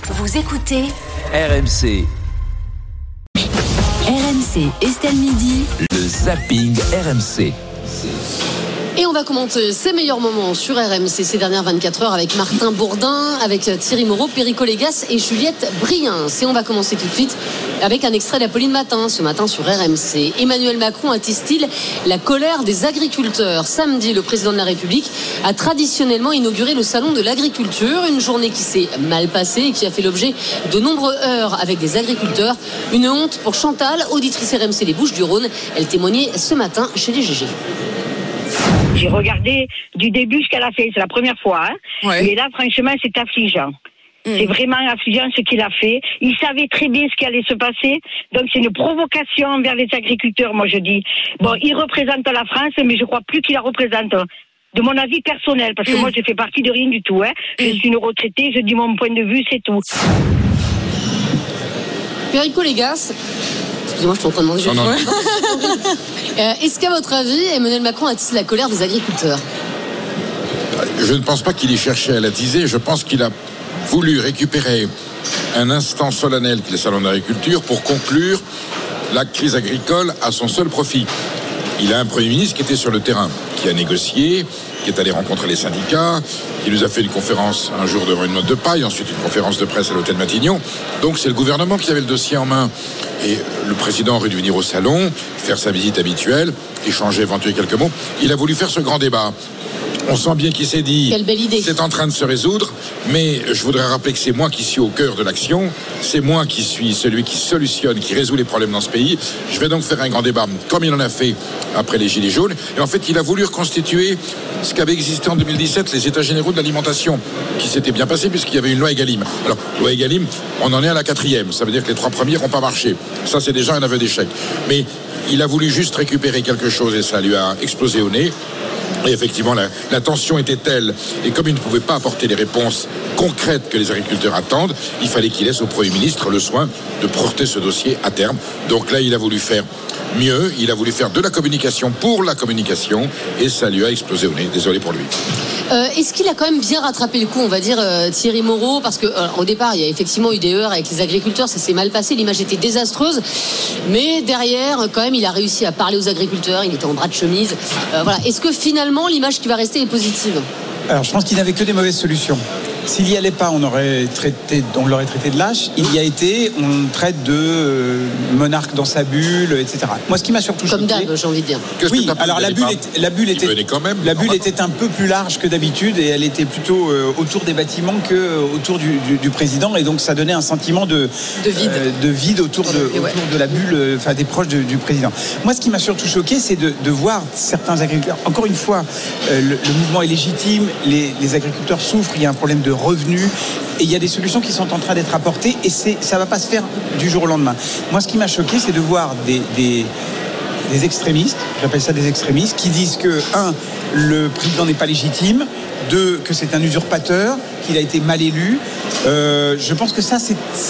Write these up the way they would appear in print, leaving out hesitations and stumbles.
Vous écoutez RMC. RMC Estelle Midi. Le zapping RMC. Et on va commenter ces meilleurs moments sur RMC ces dernières 24 heures avec Martin Bourdin, avec Thierry Moreau, Perico Légas et Juliette Briens. Et on va commencer tout de suite avec un extrait d'Apolline Matin, ce matin sur RMC. Emmanuel Macron attise-t-il la colère des agriculteurs? Samedi, le président de la République a traditionnellement inauguré le salon de l'agriculture, une journée qui s'est mal passée et qui a fait l'objet de nombreuses heures avec des agriculteurs. Une honte pour Chantal, auditrice RMC Les Bouches-du-Rhône. Elle témoignait ce matin chez les GG. J'ai regardé du début ce qu'elle a fait, c'est la première fois. Ouais. Mais là, franchement, c'est affligeant. C'est vraiment affligeant ce qu'il a fait. Il savait très bien ce qui allait se passer. Donc, c'est une provocation envers les agriculteurs, moi, je dis. Bon, il représente la France, mais je crois plus qu'il la représente. De mon avis personnel, parce que moi, je fais partie de rien du tout. Je suis une retraitée, je dis mon point de vue, c'est tout. Perico Légas. Excusez-moi, je suis en train de manger. Non. Est-ce qu'à votre avis, Emmanuel Macron attise la colère des agriculteurs? Je ne pense pas qu'il ait cherché à l'attiser. Je pense qu'il a voulu récupérer un instant solennel qui est le salon d'agriculture pour conclure la crise agricole à son seul profit. Il a un Premier ministre qui était sur le terrain, qui a négocié, qui est allé rencontrer les syndicats, qui nous a fait une conférence un jour devant une note de paille, ensuite une conférence de presse à l'hôtel Matignon. Donc c'est le gouvernement qui avait le dossier en main. Et le président aurait dû venir au salon, faire sa visite habituelle, échanger, éventuellement quelques mots. Il a voulu faire ce grand débat. On sent bien qu'il s'est dit, quelle belle idée. C'est en train de se résoudre, mais je voudrais rappeler que c'est moi qui suis au cœur de l'action, c'est moi qui suis celui qui solutionne, qui résout les problèmes dans ce pays. Je vais donc faire un grand débat, comme il en a fait après les Gilets jaunes. Et en fait, il a voulu reconstituer ce qu'avait existé en 2017, les États généraux de l'alimentation, qui s'était bien passé puisqu'il y avait une loi Egalim. Alors, loi Egalim, on en est à la 4e, ça veut dire que les 3 premiers n'ont pas marché. Ça, c'est déjà un aveu d'échec. Mais il a voulu juste récupérer quelque chose et ça lui a explosé au nez. Et effectivement, la tension était telle, et comme il ne pouvait pas apporter les réponses concrètes que les agriculteurs attendent, il fallait qu'il laisse au Premier ministre le soin de porter ce dossier à terme. Donc là, il a voulu faire mieux, il a voulu faire de la communication pour la communication, et ça lui a explosé au nez. Désolé pour lui. Est-ce qu'il a quand même bien rattrapé le coup, on va dire, Thierry Moreau? Parce que au départ, il y a effectivement eu des heurts avec les agriculteurs, ça s'est mal passé, l'image était désastreuse, mais derrière, quand même, il a réussi à parler aux agriculteurs, il était en bras de chemise. Voilà. Est-ce que finalement, l'image qui va rester est positive? Alors, je pense qu'il n'avait que des mauvaises solutions. S'il n'y allait pas, on l'aurait traité de lâche. Il y a été, on traite de monarque dans sa bulle, etc. Moi, ce qui m'a surtout choqué... Comme d'hab, j'ai envie de dire. Oui, alors la bulle était un peu plus large que d'habitude et elle était plutôt autour des bâtiments que autour du président, et donc ça donnait un sentiment de vide autour de la bulle, enfin des proches du président. Moi, ce qui m'a surtout choqué, c'est de voir certains agriculteurs. Encore une fois, le mouvement est légitime, les agriculteurs souffrent, il y a un problème de revenus, et il y a des solutions qui sont en train d'être apportées, et ça va pas se faire du jour au lendemain. Moi, ce qui m'a choqué, c'est de voir des extrémistes, j'appelle ça des extrémistes, qui disent que, 1, le président n'est pas légitime, 2, que c'est un usurpateur, qu'il a été mal élu. Je pense que ça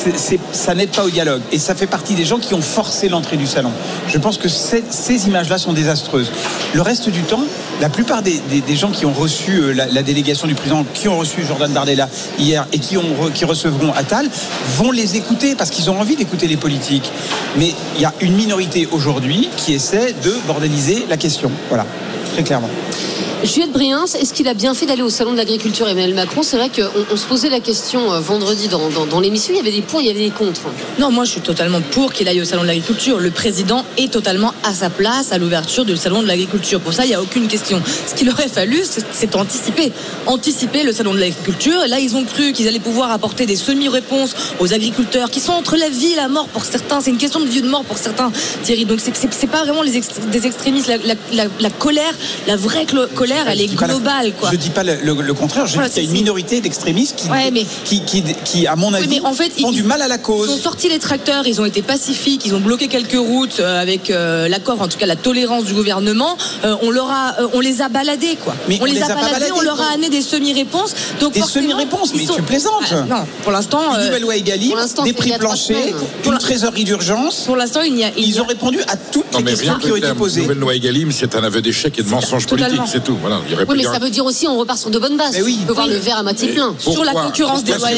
n'aide pas au dialogue. Et ça fait partie des gens qui ont forcé l'entrée du salon. Je pense que ces images-là sont désastreuses. Le reste du temps, la plupart des gens qui ont reçu la délégation du président, qui ont reçu Jordan Bardella hier et qui recevront Attal, vont les écouter parce qu'ils ont envie d'écouter les politiques. Mais il y a une minorité aujourd'hui qui essaie de bordéliser la question. Voilà, très clairement. Juliette Briens, est-ce qu'il a bien fait d'aller au salon de l'agriculture, Emmanuel Macron? C'est vrai qu'on se posait la question vendredi dans l'émission, il y avait des pour, il y avait des contre. Non, moi je suis totalement pour qu'il aille au salon de l'agriculture. Le président est totalement à sa place à l'ouverture du salon de l'agriculture. Pour ça, il n'y a aucune question. Ce qu'il aurait fallu, c'est anticiper le salon de l'agriculture. Et là, ils ont cru qu'ils allaient pouvoir apporter des semi-réponses aux agriculteurs qui sont entre la vie et la mort pour certains. C'est une question de vie ou de mort pour certains, Thierry. Donc c'est pas vraiment des extrémistes. La colère, la vraie colère, elle est globale, quoi. Je dis pas le contraire, je dis qu'il y a une minorité d'extrémistes qui à mon avis, font du mal à la cause. Ils ont sorti les tracteurs, ils ont été pacifiques, ils ont bloqué quelques routes avec l'accord, en tout cas la tolérance du gouvernement. On les a baladés, quoi. Mais on les a baladés, on leur a amené des semi-réponses. Donc des semi-réponses, mais tu plaisantes. Non, pour l'instant, une nouvelle loi Egalim, des prix planchers, une trésorerie d'urgence. Pour l'instant, ils ont répondu à toutes les questions qui ont été posées. La nouvelle loi Egalim, c'est un aveu d'échec et de mensonge politique, c'est tout. tout. Voilà, il y aurait oui, mais ça veut dire aussi on repart sur de bonnes bases. Oui, on peut voir le verre à moitié plein. Sur la concurrence déloyale,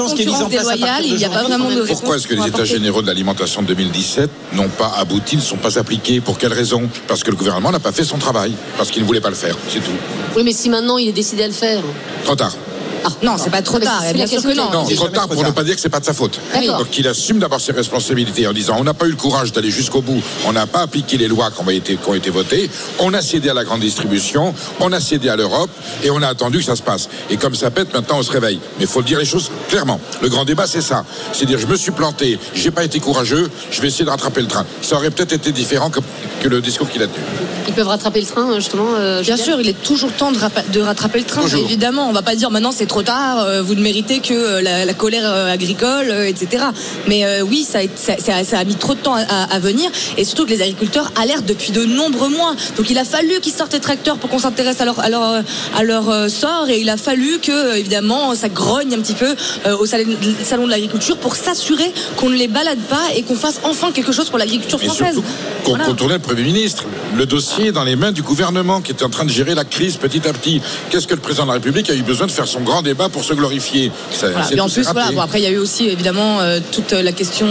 il n'y a pas vraiment de réponse. Pourquoi est-ce que les états généraux de l'alimentation de 2017 n'ont pas abouti, ne sont pas appliqués? Pour quelle raison? Parce que le gouvernement n'a pas fait son travail, parce qu'il ne voulait pas le faire, c'est tout. Oui, mais si maintenant il est décidé à le faire. Trop tard. Non, c'est pas trop tard. Bien sûr que non. Non, trop tard pour ne pas dire que c'est pas de sa faute. Donc il assume d'abord ses responsabilités en disant on n'a pas eu le courage d'aller jusqu'au bout, on n'a pas appliqué les lois qui ont été votées, on a cédé à la grande distribution, on a cédé à l'Europe et on a attendu que ça se passe. Et comme ça pète, maintenant on se réveille. Mais il faut le dire les choses clairement. Le grand débat c'est ça. C'est dire je me suis planté, j'ai pas été courageux, je vais essayer de rattraper le train. Ça aurait peut-être été différent que le discours qu'il a tenu. Ils peuvent rattraper le train justement. Bien sûr, il est toujours temps de rattraper le train. Toujours. Évidemment, on va pas dire maintenant c'est trop tard, vous ne méritez que la colère agricole, etc. Mais oui, ça a mis trop de temps à venir, et surtout que les agriculteurs alertent depuis de nombreux mois. Donc il a fallu qu'ils sortent les tracteurs pour qu'on s'intéresse à leur sort, et il a fallu que évidemment ça grogne un petit peu au salon de l'agriculture pour s'assurer qu'on ne les balade pas et qu'on fasse enfin quelque chose pour l'agriculture française. Surtout qu'on contournait le Premier ministre. Le dossier dans les mains du gouvernement qui était en train de gérer la crise petit à petit. Qu'est-ce que le président de la République a eu besoin de faire son grand débat pour se glorifier? Et en plus, après il y a eu aussi évidemment toute la question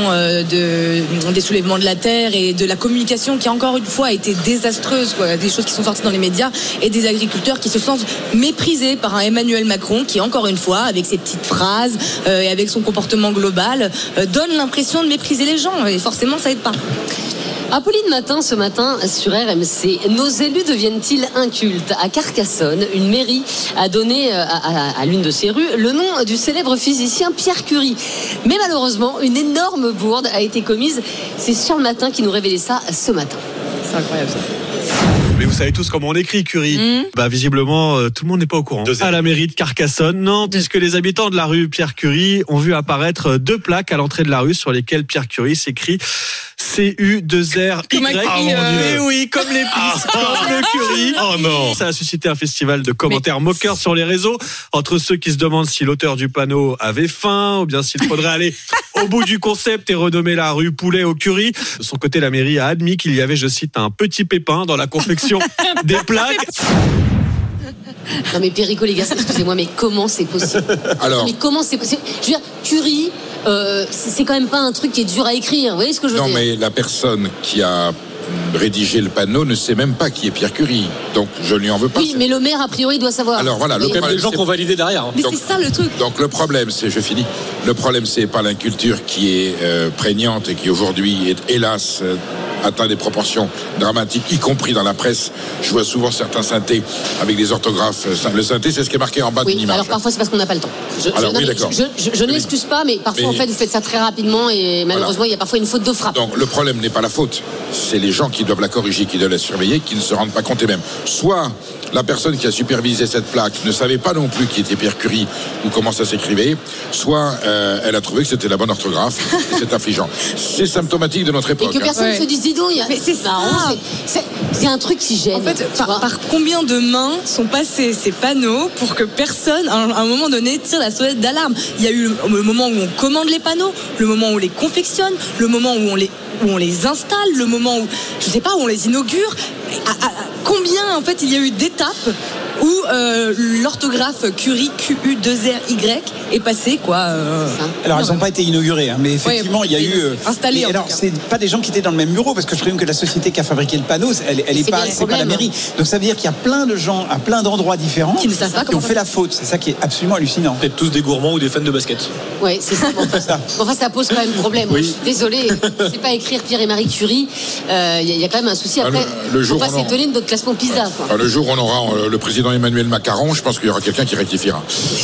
des soulèvements de la terre et de la communication qui encore une fois a été désastreuse, quoi. Des choses qui sont sorties dans les médias et des agriculteurs qui se sentent méprisés par un Emmanuel Macron qui encore une fois avec ses petites phrases et avec son comportement global donne l'impression de mépriser les gens, et forcément ça aide pas. Apolline Matin, ce matin sur RMC, nos élus deviennent-ils incultes? À Carcassonne, une mairie a donné à l'une de ses rues le nom du célèbre physicien Pierre Curie. Mais malheureusement, une énorme bourde a été commise. C'est Charles Matin qui nous révélait ça ce matin. C'est incroyable ça. Mais vous savez tous comment on écrit Curie. Visiblement, tout le monde n'est pas au courant. À la mairie de Carcassonne, non, puisque les habitants de la rue Pierre Curie ont vu apparaître 2 plaques à l'entrée de la rue sur lesquelles Pierre Curie s'écrit CU2RY. Mais oui, comme l'épice, comme le curry. Oh non. Ça a suscité un festival de commentaires moqueurs sur les réseaux, entre ceux qui se demandent si l'auteur du panneau avait faim, ou bien s'il faudrait aller au bout du concept et renommer la rue Poulet au curry. De son côté, la mairie a admis qu'il y avait, je cite, un petit pépin dans la confection des plaques. Non mais Perico, les gars, excusez-moi, mais comment c'est possible? Alors, mais comment c'est possible? Je veux dire, Curie, c'est quand même pas un truc qui est dur à écrire. Vous voyez ce que je veux dire? Non, mais la personne qui a rédigé le panneau ne sait même pas qui est Pierre Curie. Donc je lui en veux pas. Oui, mais le maire a priori doit savoir. Alors voilà, il y a même des gens qui ont validé derrière. Mais c'est ça le truc. Donc le problème, je finis. Le problème, c'est pas l'inculture qui est prégnante et qui aujourd'hui est hélas atteint des proportions dramatiques, y compris dans la presse. Je vois souvent certains synthés avec des orthographes. Le synthé, c'est ce qui est marqué en bas d'une image. Alors parfois c'est parce qu'on n'a pas le temps. Je ne l'excuse pas, mais parfois en fait vous faites ça très rapidement et malheureusement il y a parfois une faute de frappe. Donc le problème n'est pas la faute, c'est les gens qui doivent la corriger, qui doivent la surveiller, qui ne se rendent pas compte eux-mêmes. Soit la personne qui a supervisé cette plaque ne savait pas non plus qui était Pierre Curie ou comment ça s'écrivait, soit elle a trouvé que c'était la bonne orthographe. C'est affligeant. C'est symptomatique de notre époque. Et que personne ne se dise dis donc, mais c'est marrant, c'est un truc qui gêne. En fait, par combien de mains sont passés ces panneaux pour que personne, à un moment donné, tire la sonnette d'alarme? Il y a eu le moment où on commande les panneaux, le moment où on les confectionne, le moment où on les installe, le moment où, je sais pas, où on les inaugure. Combien, en fait, il y a eu d'étapes où l'orthographe Curie, Q-U-2-R-Y, est passée, quoi. Alors, elles n'ont pas été inaugurées, mais effectivement, il y a eu. Installées. Alors, c'est pas des gens qui étaient dans le même bureau, parce que je présume que la société qui a fabriqué le panneau, c'est pas la mairie. Donc, ça veut dire qu'il y a plein de gens à plein d'endroits différents qui ne savent pas qui ont fait la faute. C'est ça qui est absolument hallucinant. Peut-être tous des gourmands ou des fans de basket. Oui, c'est ça. Enfin, ça pose quand même problème. Oui. Désolé, c'est pas écrire Pierre et Marie Curie. Il y a quand même un souci. Après, il ne faut pas s'étonner de notre classement PISA. Enfin, le jour où on aura le président Emmanuel Macron, je pense qu'il y aura quelqu'un qui rectifiera.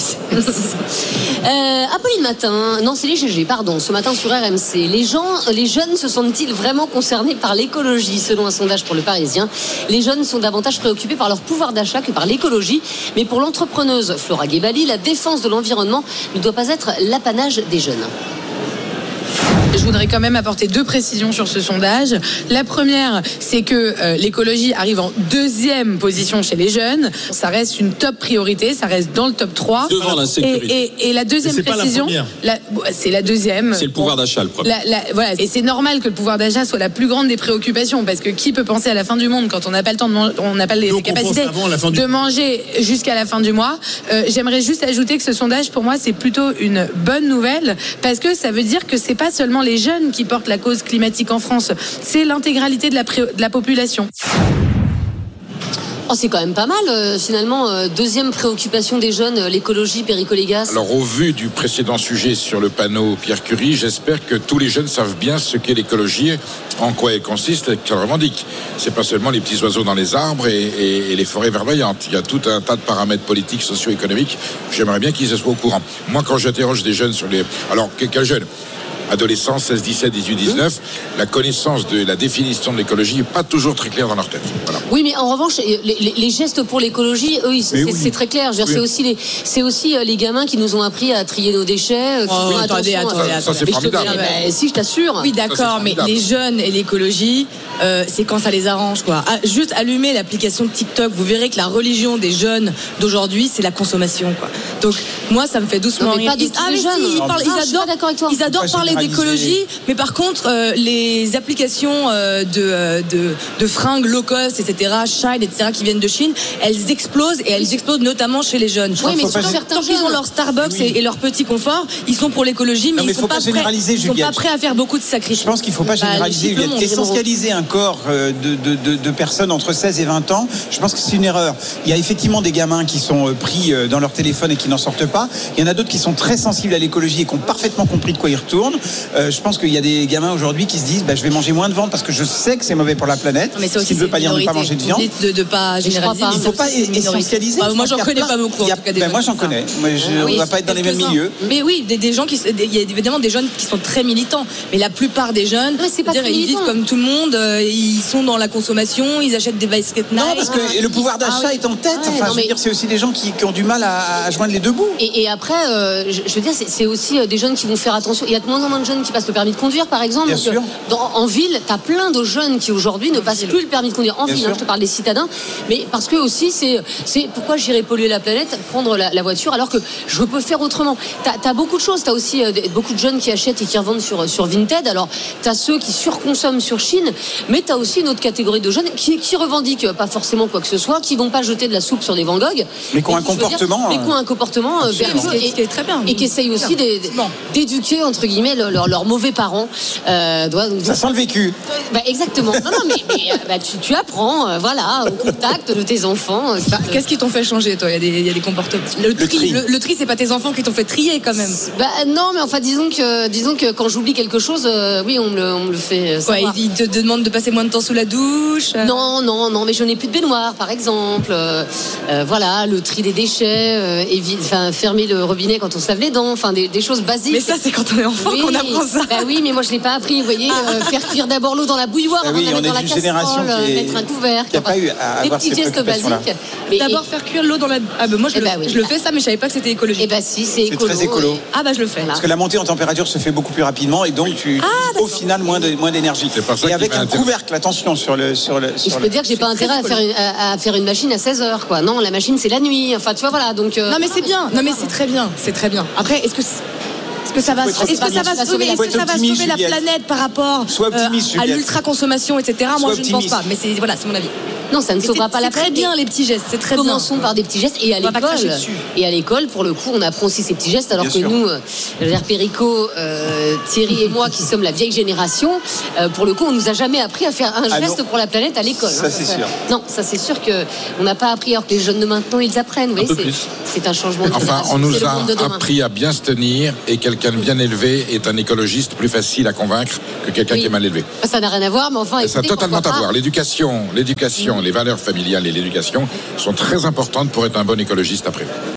Apolline Matin, non, c'est les GG, pardon, ce matin sur RMC. Les jeunes se sentent-ils vraiment concernés par l'écologie? Selon un sondage pour Le Parisien, les jeunes sont davantage préoccupés par leur pouvoir d'achat que par l'écologie. Mais pour l'entrepreneuse Flora Gebali, la défense de l'environnement ne doit pas être l'apanage des jeunes. Je voudrais quand même apporter 2 précisions sur ce sondage. La première, c'est que l'écologie arrive en 2e position chez les jeunes. Ça reste une top priorité, ça reste dans le top 3. Devant l'insécurité. Et la deuxième précision, c'est la deuxième. C'est le pouvoir d'achat le premier. Voilà. Et c'est normal que le pouvoir d'achat soit la plus grande des préoccupations, parce que qui peut penser à la fin du monde quand on n'a pas le temps de manger, on n'a pas les capacités de manger jusqu'à la fin du mois. J'aimerais juste ajouter que ce sondage, pour moi, c'est plutôt une bonne nouvelle, parce que ça veut dire que c'est pas seulement les jeunes qui portent la cause climatique en France, c'est l'intégralité de la population. Oh, c'est quand même pas mal, finalement. 2e préoccupation des jeunes, l'écologie, Perico Légas. Alors, au vu du précédent sujet sur le panneau Pierre Curie, j'espère que tous les jeunes savent bien ce qu'est l'écologie, en quoi elle consiste et qu'elle revendique. C'est pas seulement les petits oiseaux dans les arbres et les forêts verdoyantes. Il y a tout un tas de paramètres politiques, socio-économiques. J'aimerais bien qu'ils soient au courant. Moi, quand j'interroge des jeunes sur les... Alors, quels jeunes ? Adolescents, 16, 17, 18, 19, la connaissance de la définition de l'écologie n'est pas toujours très claire dans leur tête. Voilà. Oui, mais en revanche, les gestes pour l'écologie, eux, c'est très clair. C'est aussi les gamins qui nous ont appris à trier nos déchets. Attendez. Ça, c'est formidable. Si, je t'assure. Oui, d'accord, mais les jeunes et l'écologie, c'est quand ça les arrange, quoi. Juste allumer l'application de TikTok, vous verrez que la religion des jeunes d'aujourd'hui, c'est la consommation, quoi. Donc, moi, ça me fait doucement rire. Ils adorent parler d'écologie, mais par contre, les applications de fringues low cost, etc., Shine, etc., qui viennent de Chine, elles explosent, et elles explosent notamment chez les jeunes. Oui, mais certains tant qu'ils ont leur Starbucks et leur petit confort, ils sont pour l'écologie, mais ils sont pas prêts à faire beaucoup de sacrifices. Je pense qu'il ne faut pas généraliser, essentialiser un corps de personnes entre 16 et 20 ans. Je pense que c'est une erreur. Il y a effectivement des gamins qui sont pris dans leur téléphone et qui n'en sortent pas. Il y en a d'autres qui sont très sensibles à l'écologie et qui ont parfaitement compris de quoi ils retournent. Je pense qu'il y a des gamins aujourd'hui qui se disent je vais manger moins de viande parce que je sais que c'est mauvais pour la planète. Mais ça aussi, ce qui ne veut pas dire ne pas manger de viande. De pas généraliser. Il ne faut pas essentialiser. Moi, j'en connais pas beaucoup. Moi, j'en connais. On ne va pas être dans les mêmes milieux. Mais oui, des gens il y a évidemment des jeunes qui sont très militants. Mais la plupart des jeunes, ils vivent comme tout le monde. Ils sont dans la consommation. Ils achètent des baskets Nike. Non, parce que le pouvoir d'achat est en tête. Je veux dire, c'est aussi des gens qui ont du mal à joindre les deux bouts. Et après, je veux dire, c'est aussi des jeunes qui vont faire attention. Il y a de moins en moins de jeunes qui passent le permis de conduire, par exemple. Bien sûr. En ville, tu as plein de jeunes qui aujourd'hui ne passent plus le permis de conduire. En ville, je te parle des citadins. Mais parce que aussi, c'est pourquoi j'irais polluer la planète, prendre la voiture, alors que je peux faire autrement. Tu as beaucoup de choses. Tu as aussi beaucoup de jeunes qui achètent et qui revendent sur Vinted. Alors, tu as ceux qui surconsomment sur Chine, mais tu as aussi une autre catégorie de jeunes qui revendiquent pas forcément quoi que ce soit, qui vont pas jeter de la soupe sur des Van Gogh. Mais qui ont un comportement. Mais qui ont un comportement vertueux et très bien. Et qui essayent aussi d'éduquer, entre guillemets, leurs mauvais parents. Ça sent le vécu. Exactement. Non, mais tu apprends, voilà, au contact de tes enfants. Qu'est-ce qui t'ont fait changer, toi ? Il y a des comportements. Le tri, c'est pas tes enfants qui t'ont fait trier, quand même. Non, mais enfin, disons que quand j'oublie quelque chose, oui, on me le fait savoir. Ils te demandent de passer moins de temps sous la douche. Non, mais je n'ai plus de baignoire, par exemple. Voilà, le tri des déchets, fermer le robinet quand on se lave les dents, enfin des choses basiques. Mais ça, c'est quand on est enfant qu'on apprend ça. Oui, mais moi je l'ai pas appris. Vous voyez, faire cuire d'abord l'eau dans la bouilloire, avant de la mettre dans la casserole, mettre un couvercle. Qui n'a pas eu à avoir des petits gestes basiques. D'abord faire cuire l'eau dans la. Moi je le fais ça, mais je savais pas que c'était écologique. Si, c'est écolo. C'est très écolo. Je le fais. Parce que la montée en température se fait beaucoup plus rapidement et donc au final moins d'énergie. Et avec un couvercle, attention sur le. Je peux dire que j'ai pas intérêt à faire une machine à 16h, quoi. Non, la machine c'est la nuit. Enfin, tu vois, voilà. Donc. Non, mais c'est bien. Non, mais c'est très bien. C'est très bien. Après, est-ce que ça va sauver la planète par rapport à l'ultra-consommation, etc. Moi, je ne pense pas. Mais c'est mon avis. Non, ça ne sauvera pas la planète. C'est très bien les petits gestes. C'est très bien. Commençons par des petits gestes. Et à l'école, pour le coup, on apprend aussi ces petits gestes. Alors que nous, je veux dire, Perico, Thierry et moi, qui sommes la vieille génération, pour le coup, on nous a jamais appris à faire un geste pour la planète à l'école. Ça, c'est sûr. Non, ça, c'est sûr qu'on n'a pas appris. Alors que les jeunes de maintenant, ils apprennent. Vous voyez, c'est un changement de génération. Enfin, on nous a appris à bien se tenir, et quelqu'un de bien élevé est un écologiste plus facile à convaincre que quelqu'un qui est mal élevé. Ça n'a rien à voir, mais enfin. Ça a totalement à voir. L'éducation, les valeurs familiales et l'éducation sont très importantes pour être un bon écologiste après.